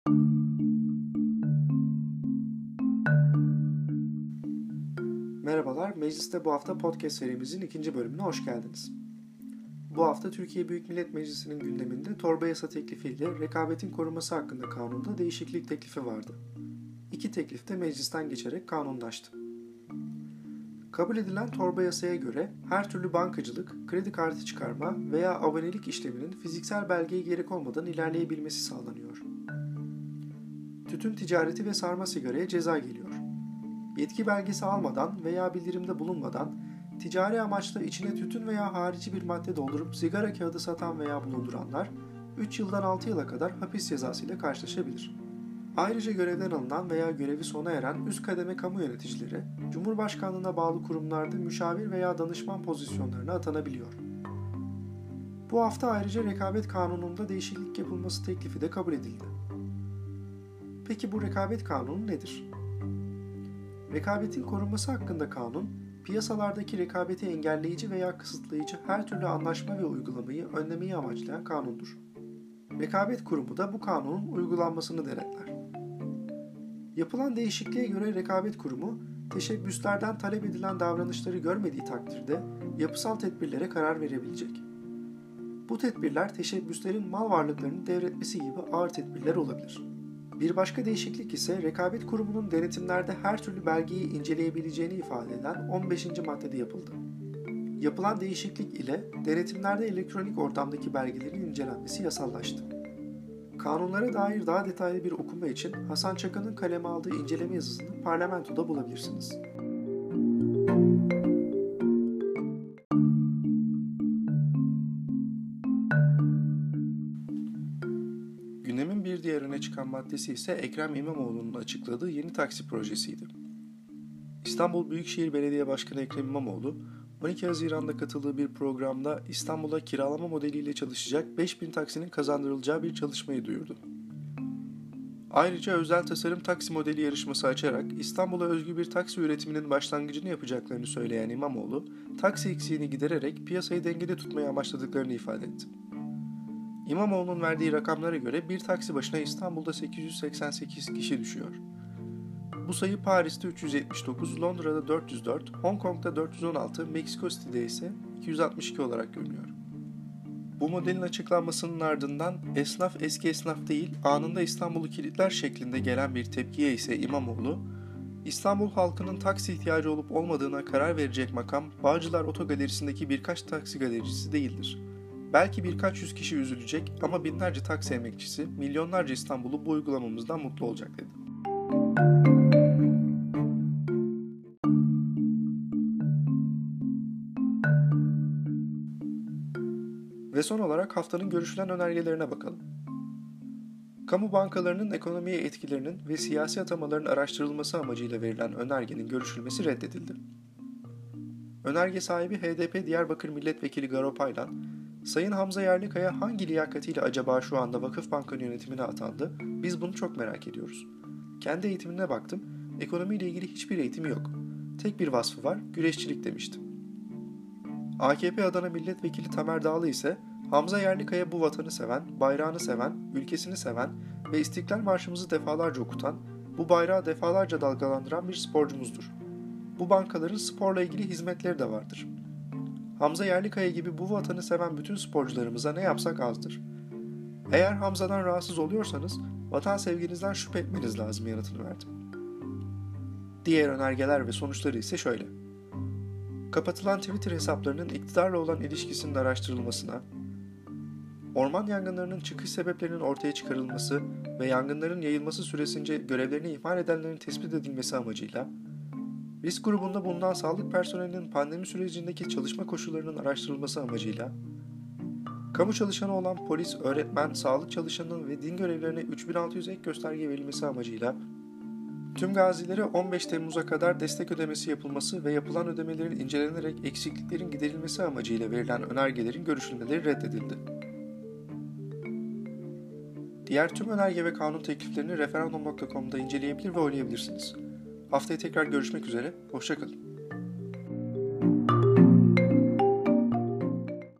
Merhabalar, Meclis'te bu hafta podcast serimizin ikinci bölümüne hoş geldiniz. Bu hafta Türkiye Büyük Millet Meclisi'nin gündeminde torba yasa teklifiyle rekabetin korunması hakkında kanunda değişiklik teklifi vardı. İki teklif de meclisten geçerek kanunlaştı. Kabul edilen torba yasaya göre her türlü bankacılık, kredi kartı çıkarma veya abonelik işleminin fiziksel belgeye gerek olmadan ilerleyebilmesi sağlanıyor. Tütün ticareti ve sarma sigaraya ceza geliyor. Yetki belgesi almadan veya bildirimde bulunmadan ticari amaçla içine tütün veya harici bir madde doldurup sigara kağıdı satan veya bulunduranlar 3 yıldan 6 yıla kadar hapis cezası ile karşılaşabilir. Ayrıca görevden alınan veya görevi sona eren üst kademe kamu yöneticileri, Cumhurbaşkanlığına bağlı kurumlarda müşavir veya danışman pozisyonlarına atanabiliyor. Bu hafta ayrıca rekabet kanununda değişiklik yapılması teklifi de kabul edildi. Peki bu rekabet kanunu nedir? Rekabetin korunması hakkında kanun, piyasalardaki rekabeti engelleyici veya kısıtlayıcı her türlü anlaşma ve uygulamayı önlemeyi amaçlayan kanundur. Rekabet Kurumu da bu kanunun uygulanmasını denetler. Yapılan değişikliğe göre Rekabet Kurumu, teşebbüslerden talep edilen davranışları görmediği takdirde yapısal tedbirlere karar verebilecek. Bu tedbirler teşebbüslerin mal varlıklarını devretmesi gibi ağır tedbirler olabilir. Bir başka değişiklik ise Rekabet Kurumu'nun denetimlerde her türlü belgeyi inceleyebileceğini ifade eden 15. maddede yapıldı. Yapılan değişiklik ile denetimlerde elektronik ortamdaki belgelerin incelenmesi yasallaştı. Kanunlara dair daha detaylı bir okuma için Hasan Çaka'nın kaleme aldığı inceleme yazısını parlamentoda bulabilirsiniz. Gündemin bir diğer öne çıkan maddesi ise Ekrem İmamoğlu'nun açıkladığı yeni taksi projesiydi. İstanbul Büyükşehir Belediye Başkanı Ekrem İmamoğlu, 12 Haziran'da katıldığı bir programda İstanbul'a kiralama modeliyle çalışacak 5000 taksinin kazandırılacağı bir çalışmayı duyurdu. Ayrıca özel tasarım taksi modeli yarışması açarak İstanbul'a özgü bir taksi üretiminin başlangıcını yapacaklarını söyleyen İmamoğlu, taksi eksiğini gidererek piyasayı dengede tutmayı amaçladıklarını ifade etti. İmamoğlu'nun verdiği rakamlara göre bir taksi başına İstanbul'da 888 kişi düşüyor. Bu sayı Paris'te 379, Londra'da 404, Hong Kong'da 416, Meksiko City'de ise 262 olarak görünüyor. Bu modelin açıklanmasının ardından esnaf eski esnaf değil, anında İstanbul'u kilitler şeklinde gelen bir tepkiye ise İmamoğlu, İstanbul halkının taksi ihtiyacı olup olmadığına karar verecek makam, Bağcılar Otogalerisi'ndeki birkaç taksi galericisi değildir. Belki birkaç yüz kişi üzülecek ama binlerce taksi emekçisi, milyonlarca İstanbullu bu uygulamamızdan mutlu olacak dedi. Ve son olarak haftanın görüşülen önergelerine bakalım. Kamu bankalarının ekonomiye etkilerinin ve siyasi atamaların araştırılması amacıyla verilen önergenin görüşülmesi reddedildi. Önerge sahibi HDP Diyarbakır Milletvekili Garo Paylan, Sayın Hamza Yerlikaya hangi liyakatiyle acaba şu anda Vakıfbank'ın yönetimine atandı? Biz bunu çok merak ediyoruz. Kendi eğitimine baktım, ekonomiyle ilgili hiçbir eğitimi yok. Tek bir vasfı var, güreşçilik demişti. AKP Adana Milletvekili Tamer Dağlı ise Hamza Yerlikaya bu vatanı seven, bayrağını seven, ülkesini seven ve İstiklal Marşımızı defalarca okutan, bu bayrağı defalarca dalgalandıran bir sporcumuzdur. Bu bankaların sporla ilgili hizmetleri de vardır. Hamza Yerlikaya gibi bu vatanı seven bütün sporcularımıza ne yapsak azdır. Eğer Hamza'dan rahatsız oluyorsanız vatan sevginizden şüphe etmeniz lazım yanıtını verdim. Diğer önergeler ve sonuçları ise şöyle. Kapatılan Twitter hesaplarının iktidarla olan ilişkisinin araştırılmasına, orman yangınlarının çıkış sebeplerinin ortaya çıkarılması ve yangınların yayılması süresince görevlerini ihmal edenlerin tespit edilmesi amacıyla, risk grubunda bulunan sağlık personelinin pandemi sürecindeki çalışma koşullarının araştırılması amacıyla, kamu çalışanı olan polis, öğretmen, sağlık çalışanının ve din görevlilerine 3600 ek gösterge verilmesi amacıyla, tüm gazilere 15 Temmuz'a kadar destek ödemesi yapılması ve yapılan ödemelerin incelenerek eksikliklerin giderilmesi amacıyla verilen önergelerin görüşülmeleri reddedildi. Diğer tüm önerge ve kanun tekliflerini referandum.com'da inceleyebilir ve oylayabilirsiniz. Haftaya tekrar görüşmek üzere, hoşça kalın.